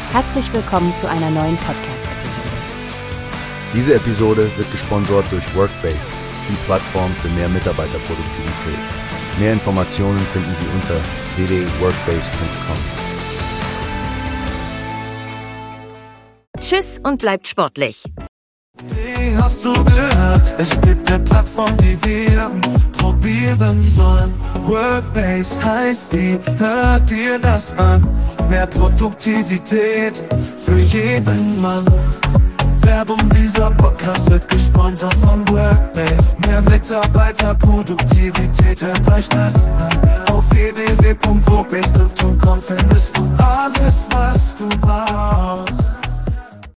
Herzlich willkommen zu einer neuen Podcast-Episode. Diese Episode wird gesponsert durch Workbase, die Plattform für mehr Mitarbeiterproduktivität. Mehr Informationen finden Sie unter www.workbase.com. Tschüss und bleibt sportlich. Wie hast du gehört? Es gibt eine Plattform, die wir probieren sollen. Workbase heißt die, hört dir das an. Mehr Produktivität für jeden Mann. Werbung, dieser Podcast wird gesponsert von Workbase. Mehr Mitarbeiterproduktivität, hört euch das an. Auf www.workbase.com findest du alles, was du brauchst.